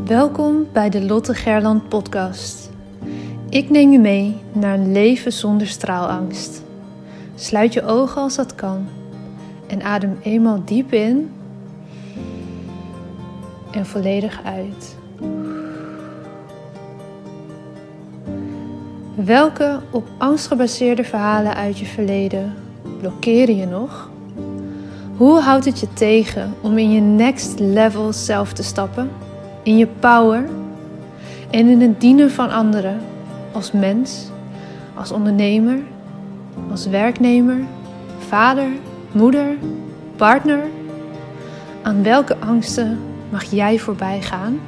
Welkom bij de Lotte Gerland podcast. Ik neem je mee naar een leven zonder straalangst. Sluit je ogen als dat kan en adem eenmaal diep in en volledig uit. Welke op angst gebaseerde verhalen uit je verleden blokkeren je nog? Hoe houdt het je tegen om in je next level zelf te stappen? In je power en in het dienen van anderen als mens, als ondernemer, als werknemer, vader, moeder, partner. Aan welke angsten mag jij voorbij gaan?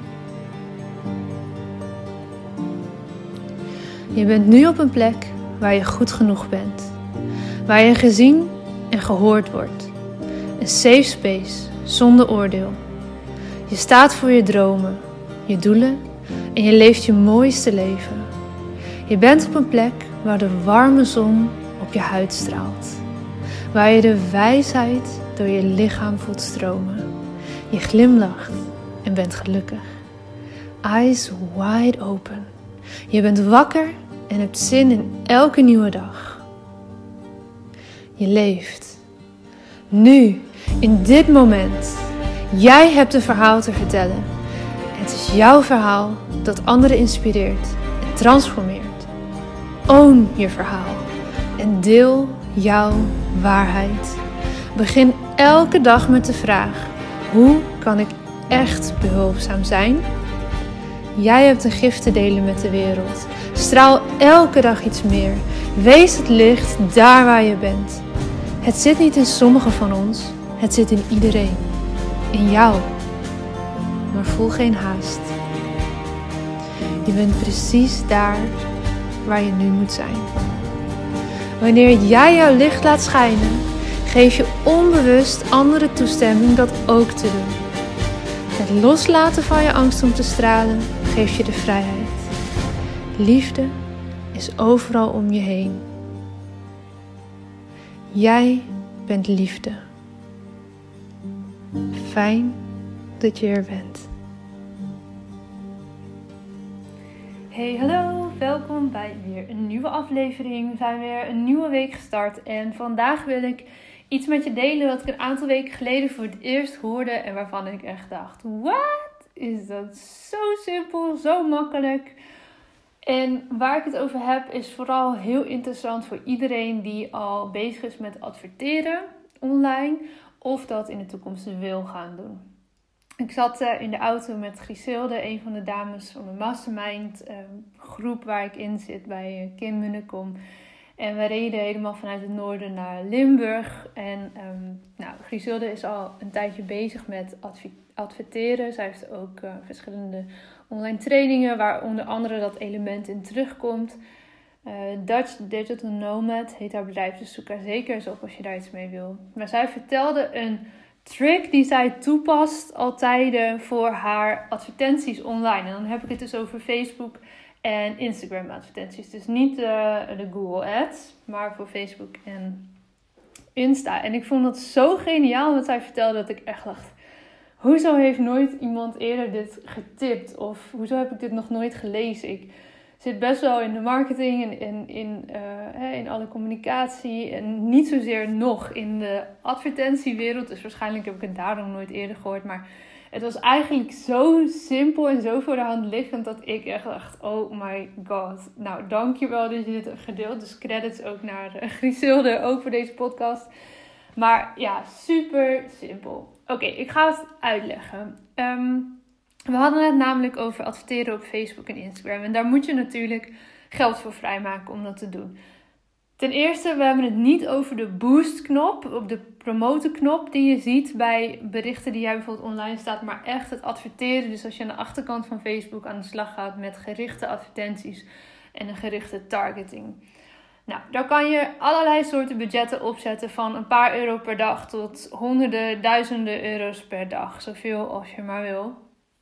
Je bent nu op een plek waar je goed genoeg bent, waar je gezien en gehoord wordt. Een safe space zonder oordeel. Je staat voor je dromen, je doelen en je leeft je mooiste leven. Je bent op een plek waar de warme zon op je huid straalt. Waar je de wijsheid door je lichaam voelt stromen. Je glimlacht en bent gelukkig. Eyes wide open. Je bent wakker en hebt zin in elke nieuwe dag. Je leeft. Nu, in dit moment. Jij hebt een verhaal te vertellen. Het is jouw verhaal dat anderen inspireert en transformeert. Own je verhaal en deel jouw waarheid. Begin elke dag met de vraag: hoe kan ik echt behulpzaam zijn? Jij hebt een gift te delen met de wereld. Straal elke dag iets meer. Wees het licht daar waar je bent. Het zit niet in sommigen van ons, het zit in iedereen. In jou. Maar voel geen haast. Je bent precies daar waar je nu moet zijn. Wanneer jij jouw licht laat schijnen, geef je onbewust anderen toestemming dat ook te doen. Het loslaten van je angst om te stralen geeft je de vrijheid. Liefde is overal om je heen. Jij bent liefde. Fijn dat je er bent. Hey, hallo, welkom bij weer een nieuwe aflevering. We zijn weer een nieuwe week gestart en vandaag wil ik iets met je delen wat ik een aantal weken geleden voor het eerst hoorde en waarvan ik echt dacht: wat is dat zo simpel, zo makkelijk. En waar ik het over heb is vooral heel interessant voor iedereen die al bezig is met adverteren online of dat in de toekomst wil gaan doen. Ik zat in de auto met Griselde, een van de dames van de mastermind groep waar ik in zit bij Kim Munnekom. En we reden helemaal vanuit het noorden naar Limburg. En Griselde is al een tijdje bezig met adverteren. Zij heeft ook verschillende online trainingen waar onder andere dat element in terugkomt. Dutch Digital Nomad heet haar bedrijf, dus zoek haar zeker eens op als je daar iets mee wil. Maar zij vertelde een trick die zij toepast altijd voor haar advertenties online. En dan heb ik het dus over Facebook en Instagram advertenties. Dus niet de Google Ads, maar voor Facebook en Insta. En ik vond dat zo geniaal wat zij vertelde dat ik echt dacht: hoezo heeft nooit iemand eerder dit getipt? Of hoezo heb ik dit nog nooit gelezen? Ik zit best wel in de marketing en in alle communicatie. En niet zozeer nog in de advertentiewereld. Dus waarschijnlijk heb ik het daarom nooit eerder gehoord. Maar het was eigenlijk zo simpel en zo voor de hand liggend dat ik echt dacht: oh my god. Nou, dankjewel dat je dit hebt gedeeld. Dus credits ook naar Griselde, ook voor deze podcast. Maar ja, super simpel. Oké, ik ga het uitleggen. We hadden het namelijk over adverteren op Facebook en Instagram. En daar moet je natuurlijk geld voor vrijmaken om dat te doen. Ten eerste, we hebben het niet over de boost-knop, op de promoten-knop die je ziet bij berichten die jij bijvoorbeeld online staat, maar echt het adverteren. Dus als je aan de achterkant van Facebook aan de slag gaat met gerichte advertenties en een gerichte targeting. Nou, daar kan je allerlei soorten budgetten opzetten, van een paar euro per dag tot honderden, duizenden euro's per dag. Zoveel als je maar wil.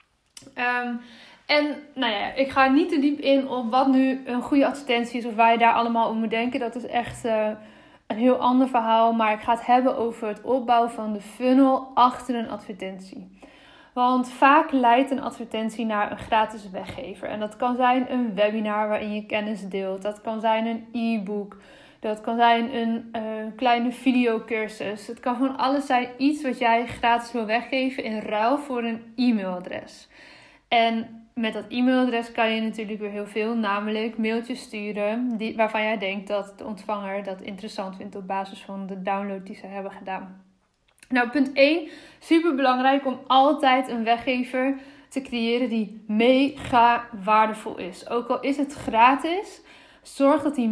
En nou ja, ik ga niet te diep in op wat nu een goede advertentie is of waar je daar allemaal om moet denken. Dat is echt een heel ander verhaal. Maar ik ga het hebben over het opbouwen van de funnel achter een advertentie. Want vaak leidt een advertentie naar een gratis weggever. En dat kan zijn een webinar waarin je kennis deelt. Dat kan zijn een e-book. Dat kan zijn een kleine videocursus. Het kan van alles zijn, iets wat jij gratis wil weggeven in ruil voor een e-mailadres. En met dat e-mailadres kan je natuurlijk weer heel veel, namelijk mailtjes sturen waarvan jij denkt dat de ontvanger dat interessant vindt op basis van de download die ze hebben gedaan. Nou, punt 1, super belangrijk om altijd een weggever te creëren die mega waardevol is. Ook al is het gratis, zorg dat die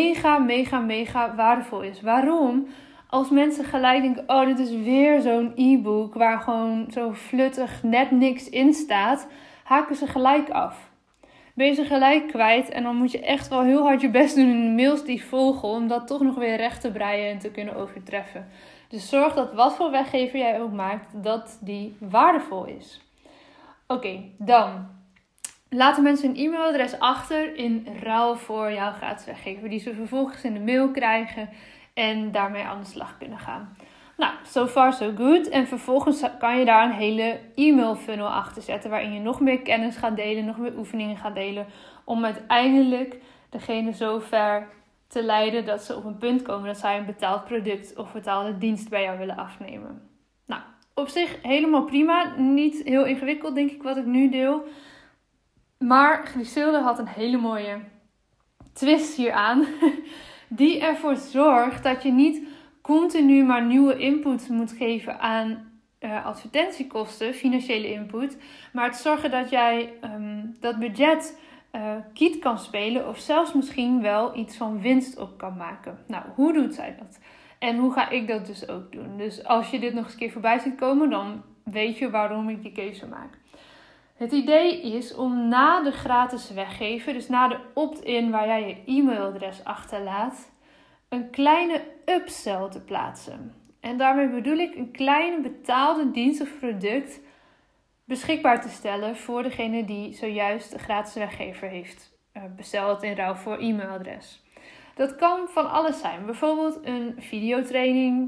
mega waardevol is. Waarom? Als mensen gelijk denken, oh, dit is weer zo'n e-book waar gewoon zo fluttig net niks in staat, haken ze gelijk af. Ben je ze gelijk kwijt en dan moet je echt wel heel hard je best doen in de mails die volgen om dat toch nog weer recht te breien en te kunnen overtreffen. Dus zorg dat wat voor weggever jij ook maakt, dat die waardevol is. Oké, dan laten mensen een e-mailadres achter in ruil voor jouw gratis weggever, die ze vervolgens in de mail krijgen en daarmee aan de slag kunnen gaan. Nou, so far so good. En vervolgens kan je daar een hele e-mail funnel achter zetten, waarin je nog meer kennis gaat delen, nog meer oefeningen gaat delen, om uiteindelijk degene zo ver te leiden dat ze op een punt komen dat zij een betaald product of betaalde dienst bij jou willen afnemen. Nou, op zich helemaal prima. Niet heel ingewikkeld, denk ik, wat ik nu deel. Maar Griselda had een hele mooie twist hieraan, die ervoor zorgt dat je niet continu maar nieuwe input moet geven aan advertentiekosten, financiële input. Maar het zorgen dat jij dat budget kiet kan spelen of zelfs misschien wel iets van winst op kan maken. Nou, hoe doet zij dat? En hoe ga ik dat dus ook doen? Dus als je dit nog eens een keer voorbij ziet komen, dan weet je waarom ik die keuze maak. Het idee is om na de gratis weggever, dus na de opt-in waar jij je e-mailadres achterlaat, een kleine upsell te plaatsen. En daarmee bedoel ik een kleine betaalde dienst of product beschikbaar te stellen voor degene die zojuist de gratis weggever heeft besteld in ruil voor e-mailadres. Dat kan van alles zijn. Bijvoorbeeld een videotraining,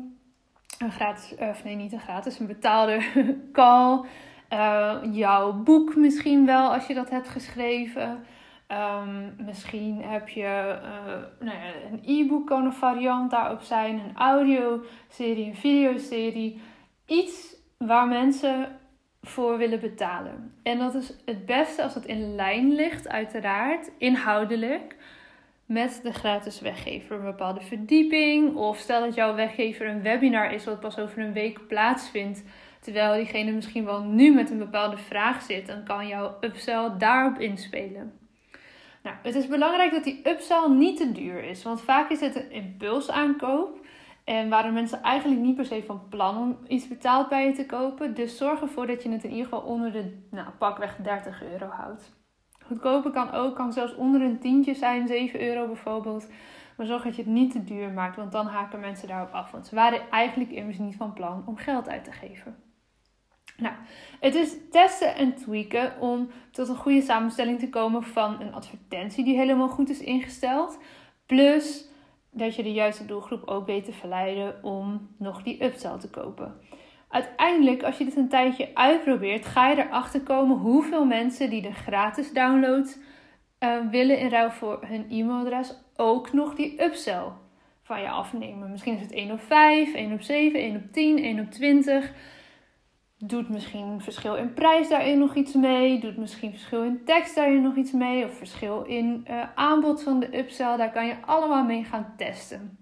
een betaalde call, jouw boek misschien wel als je dat hebt geschreven. Misschien heb je een e-book, kan een variant daarop zijn, een audioserie, een videoserie. Iets waar mensen voor willen betalen. En dat is het beste als het in lijn ligt, uiteraard, inhoudelijk, met de gratis weggever. Een bepaalde verdieping. Of stel dat jouw weggever een webinar is wat pas over een week plaatsvindt, terwijl diegene misschien wel nu met een bepaalde vraag zit, dan kan jouw upsell daarop inspelen. Nou, het is belangrijk dat die upsell niet te duur is, want vaak is het een impulsaankoop en waren mensen eigenlijk niet per se van plan om iets betaald bij je te kopen. Dus zorg ervoor dat je het in ieder geval onder de pakweg €30 houdt. Goedkoper kan ook, kan zelfs onder een tientje zijn, €7 bijvoorbeeld. Maar zorg dat je het niet te duur maakt, want dan haken mensen daarop af. Want ze waren eigenlijk immers niet van plan om geld uit te geven. Nou, het is testen en tweaken om tot een goede samenstelling te komen van een advertentie die helemaal goed is ingesteld. Plus dat je de juiste doelgroep ook weet te verleiden om nog die upsell te kopen. Uiteindelijk, als je dit een tijdje uitprobeert, ga je erachter komen hoeveel mensen die de gratis download willen in ruil voor hun e-mailadres ook nog die upsell van je afnemen. Misschien is het 1 op 5, 1 op 7, 1 op 10, 1 op 20. Doet misschien verschil in prijs daarin nog iets mee. Doet misschien verschil in tekst daarin nog iets mee. Of verschil in aanbod van de upsell. Daar kan je allemaal mee gaan testen.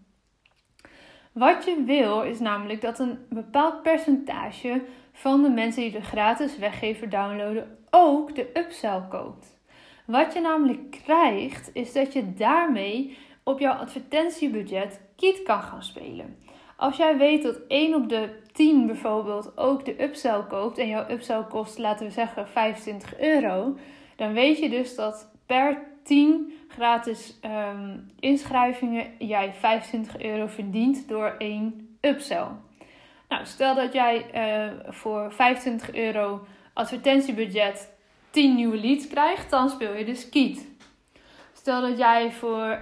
Wat je wil is namelijk dat een bepaald percentage van de mensen die de gratis weggever downloaden ook de upsell koopt. Wat je namelijk krijgt is dat je daarmee op jouw advertentiebudget kiet kan gaan spelen. Als jij weet dat 1 op de 10 bijvoorbeeld ook de upsell koopt en jouw upsell kost, laten we zeggen, €25, dan weet je dus dat per 10 gratis inschrijvingen jij €25 verdient door 1 upsell. Nou, stel dat jij voor €25 advertentiebudget 10 nieuwe leads krijgt, dan speel je dus kiet. Stel dat jij voor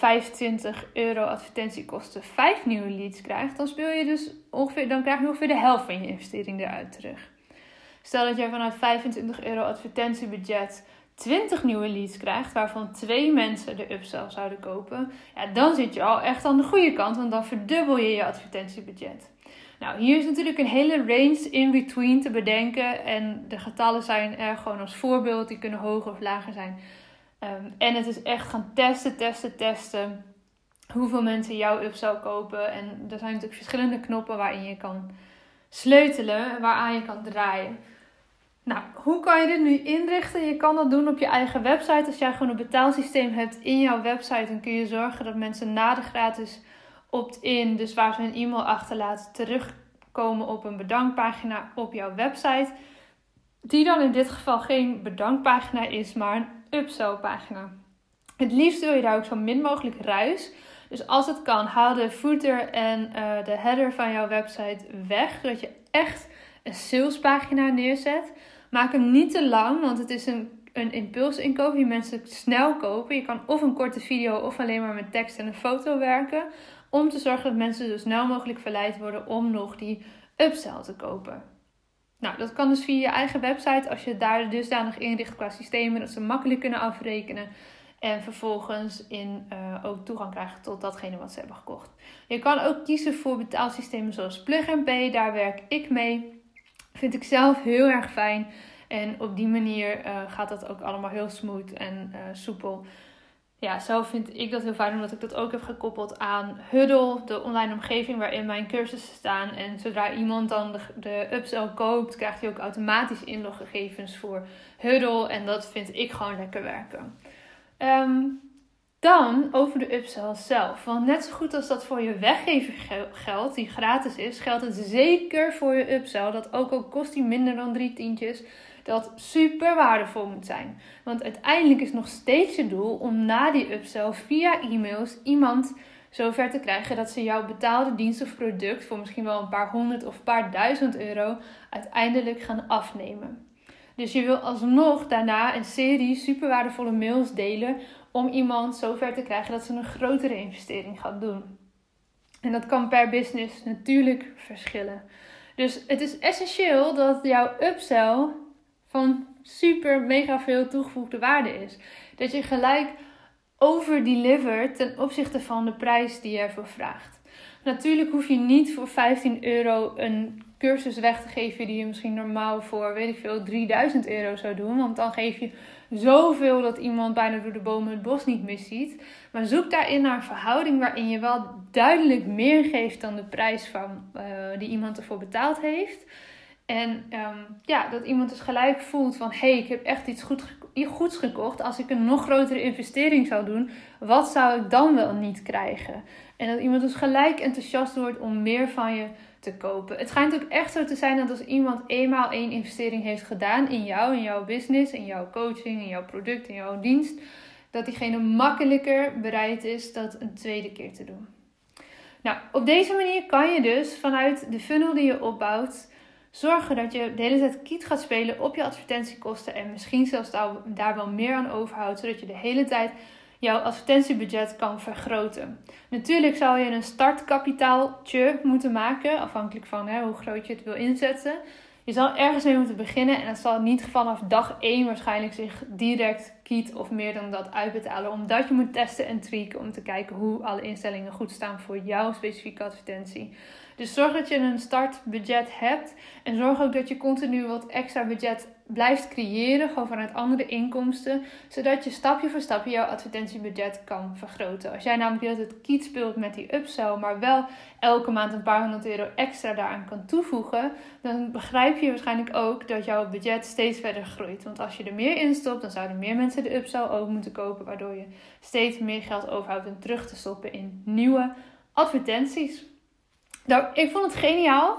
€25 advertentiekosten 5 nieuwe leads krijgt, dan speel je dus ongeveer, dan krijg je ongeveer de helft van je investering eruit terug. Stel dat jij vanuit €25 advertentiebudget 20 nieuwe leads krijgt, waarvan 2 mensen de upsell zouden kopen. Ja, dan zit je al echt aan de goede kant, want dan verdubbel je je advertentiebudget. Nou, hier is natuurlijk een hele range in between te bedenken. En de getallen zijn er gewoon als voorbeeld. Die kunnen hoger of lager zijn. En het is echt gaan testen. Hoeveel mensen jouw upsell kopen. En er zijn natuurlijk verschillende knoppen waarin je kan sleutelen. Waaraan je kan draaien. Nou, hoe kan je dit nu inrichten? Je kan dat doen op je eigen website. Als jij gewoon een betaalsysteem hebt in jouw website, dan kun je zorgen dat mensen na de gratis opt-in, dus waar ze hun e-mail achterlaten, terugkomen op een bedankpagina op jouw website. Die dan in dit geval geen bedankpagina is, maar een upsell-pagina. Het liefst wil je daar ook zo min mogelijk ruis. Dus als het kan, haal de footer en de header van jouw website weg, zodat je echt een salespagina neerzet. Maak hem niet te lang, want het is een impulsinkoop die mensen snel kopen. Je kan of een korte video of alleen maar met tekst en een foto werken. Om te zorgen dat mensen zo snel mogelijk verleid worden om nog die upsell te kopen. Nou, dat kan dus via je eigen website. Als je het daar dusdanig inricht qua systemen dat ze makkelijk kunnen afrekenen. En vervolgens ook toegang krijgen tot datgene wat ze hebben gekocht. Je kan ook kiezen voor betaalsystemen zoals Plug and Pay. Daar werk ik mee. Vind ik zelf heel erg fijn. En op die manier gaat dat ook allemaal heel smooth en soepel. Ja, zelf vind ik dat heel fijn omdat ik dat ook heb gekoppeld aan Huddle, de online omgeving waarin mijn cursussen staan. En zodra iemand dan de upsell koopt, krijgt hij ook automatisch inloggegevens voor Huddle. En dat vind ik gewoon lekker werken. Dan over de upsell zelf. Want net zo goed als dat voor je weggever geldt, die gratis is, geldt het zeker voor je upsell. Dat ook al kost die minder dan 3 tientjes, dat super waardevol moet zijn. Want uiteindelijk is nog steeds je doel om na die upsell via e-mails iemand zover te krijgen dat ze jouw betaalde dienst of product voor misschien wel een paar honderd of een paar duizend euro uiteindelijk gaan afnemen. Dus je wil alsnog daarna een serie super waardevolle mails delen om iemand zover te krijgen dat ze een grotere investering gaat doen. En dat kan per business natuurlijk verschillen. Dus het is essentieel dat jouw upsell van super mega veel toegevoegde waarde is. Dat je gelijk overdelivert ten opzichte van de prijs die je ervoor vraagt. Natuurlijk hoef je niet voor €15 een cursus weg te geven die je misschien normaal voor, weet ik veel, €3000 zou doen. Want dan geef je zoveel dat iemand bijna door de bomen het bos niet meer ziet. Maar zoek daarin naar een verhouding waarin je wel duidelijk meer geeft dan de prijs van die iemand ervoor betaald heeft. En dat iemand dus gelijk voelt van, hey, ik heb echt iets goeds gekocht. Als ik een nog grotere investering zou doen, wat zou ik dan wel niet krijgen? En dat iemand dus gelijk enthousiast wordt om meer van je te kopen. Het schijnt ook echt zo te zijn dat als iemand eenmaal 1 investering heeft gedaan in jou, in jouw business, in jouw coaching, in jouw product, in jouw dienst, dat diegene makkelijker bereid is dat een tweede keer te doen. Nou, op deze manier kan je dus vanuit de funnel die je opbouwt zorgen dat je de hele tijd kiet gaat spelen op je advertentiekosten en misschien zelfs daar wel meer aan overhoudt, zodat je de hele tijd jouw advertentiebudget kan vergroten. Natuurlijk zou je een startkapitaaltje moeten maken, afhankelijk van hoe groot je het wil inzetten. Je zal ergens mee moeten beginnen en dat zal niet vanaf dag 1 waarschijnlijk zich direct kiet of meer dan dat uitbetalen. Omdat je moet testen en tweaken om te kijken hoe alle instellingen goed staan voor jouw specifieke advertentie. Dus zorg dat je een startbudget hebt en zorg ook dat je continu wat extra budget blijft creëren, gewoon vanuit andere inkomsten, zodat je stapje voor stapje jouw advertentiebudget kan vergroten. Als jij namelijk altijd kiet speelt met die upsell, maar wel elke maand een paar €100 extra daaraan kan toevoegen, dan begrijp je waarschijnlijk ook dat jouw budget steeds verder groeit. Want als je er meer in stopt, dan zouden meer mensen de upsell ook moeten kopen, waardoor je steeds meer geld overhoudt om terug te stoppen in nieuwe advertenties. Nou, ik vond het geniaal.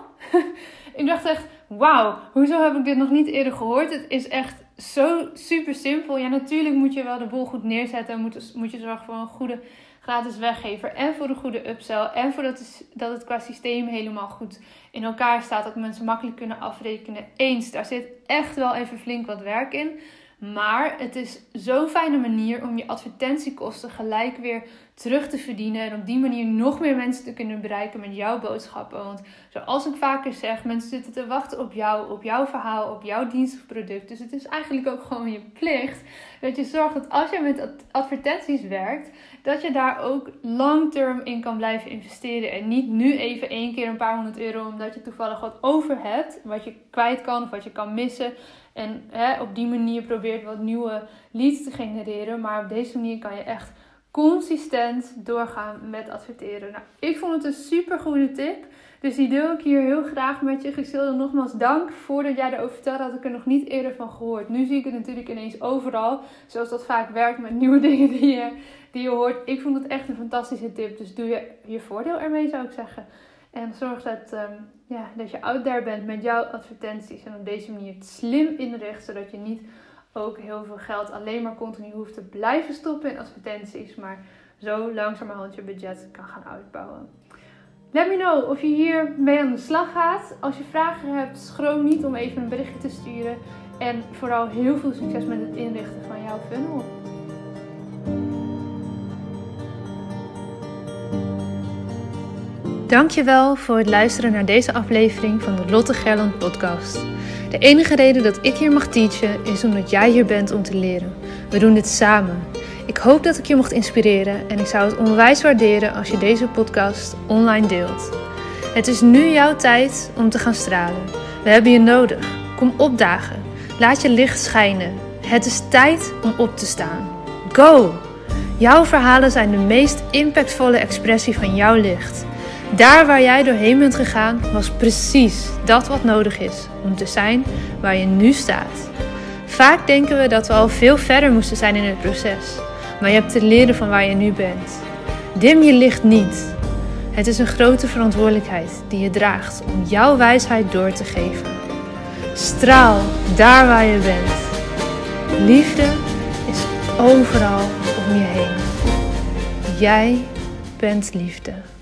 Ik dacht echt, wauw, hoezo heb ik dit nog niet eerder gehoord? Het is echt zo super simpel. Ja, natuurlijk moet je wel de boel goed neerzetten. Moet je zorgen voor een goede gratis weggever. En voor een goede upsell. En voor dat het qua systeem helemaal goed in elkaar staat. Dat mensen makkelijk kunnen afrekenen. Eens, daar zit echt wel even flink wat werk in. Maar het is zo'n fijne manier om je advertentiekosten gelijk weer terug te verdienen. En op die manier nog meer mensen te kunnen bereiken met jouw boodschappen. Want zoals ik vaker zeg, mensen zitten te wachten op jou, op jouw verhaal, op jouw dienst of product. Dus het is eigenlijk ook gewoon je plicht dat je zorgt dat als je met advertenties werkt, dat je daar ook long-term in kan blijven investeren. En niet nu even 1 keer een paar €100 omdat je toevallig wat over hebt. Wat je kwijt kan of wat je kan missen. En op die manier probeert wat nieuwe leads te genereren. Maar op deze manier kan je echt consistent doorgaan met adverteren. Nou, ik vond het een super goede tip. Dus die deel ik hier heel graag met je. Griselda, nogmaals dank. Voordat jij erover vertelde, had ik er nog niet eerder van gehoord. Nu zie ik het natuurlijk ineens overal. Zoals dat vaak werkt met nieuwe dingen die je hoort. Ik vond het echt een fantastische tip. Dus doe je voordeel ermee, zou ik zeggen. En zorg dat je out there bent met jouw advertenties. En op deze manier het slim inricht. Zodat je niet ook heel veel geld alleen maar continu hoeft te blijven stoppen in advertenties. Maar zo langzamerhand je budget kan gaan uitbouwen. Let me know of je hier mee aan de slag gaat. Als je vragen hebt, schroom niet om even een berichtje te sturen. En vooral heel veel succes met het inrichten van jouw funnel. Dankjewel voor het luisteren naar deze aflevering van de Lotte Gerland podcast. De enige reden dat ik hier mag teachen is omdat jij hier bent om te leren. We doen dit samen. Ik hoop dat ik je mocht inspireren en ik zou het onwijs waarderen als je deze podcast online deelt. Het is nu jouw tijd om te gaan stralen. We hebben je nodig. Kom opdagen. Laat je licht schijnen. Het is tijd om op te staan. Go! Jouw verhalen zijn de meest impactvolle expressie van jouw licht. Daar waar jij doorheen bent gegaan, was precies dat wat nodig is om te zijn waar je nu staat. Vaak denken we dat we al veel verder moesten zijn in het proces, maar je hebt te leren van waar je nu bent. Dim je licht niet. Het is een grote verantwoordelijkheid die je draagt om jouw wijsheid door te geven. Straal daar waar je bent. Liefde is overal om je heen. Jij bent liefde.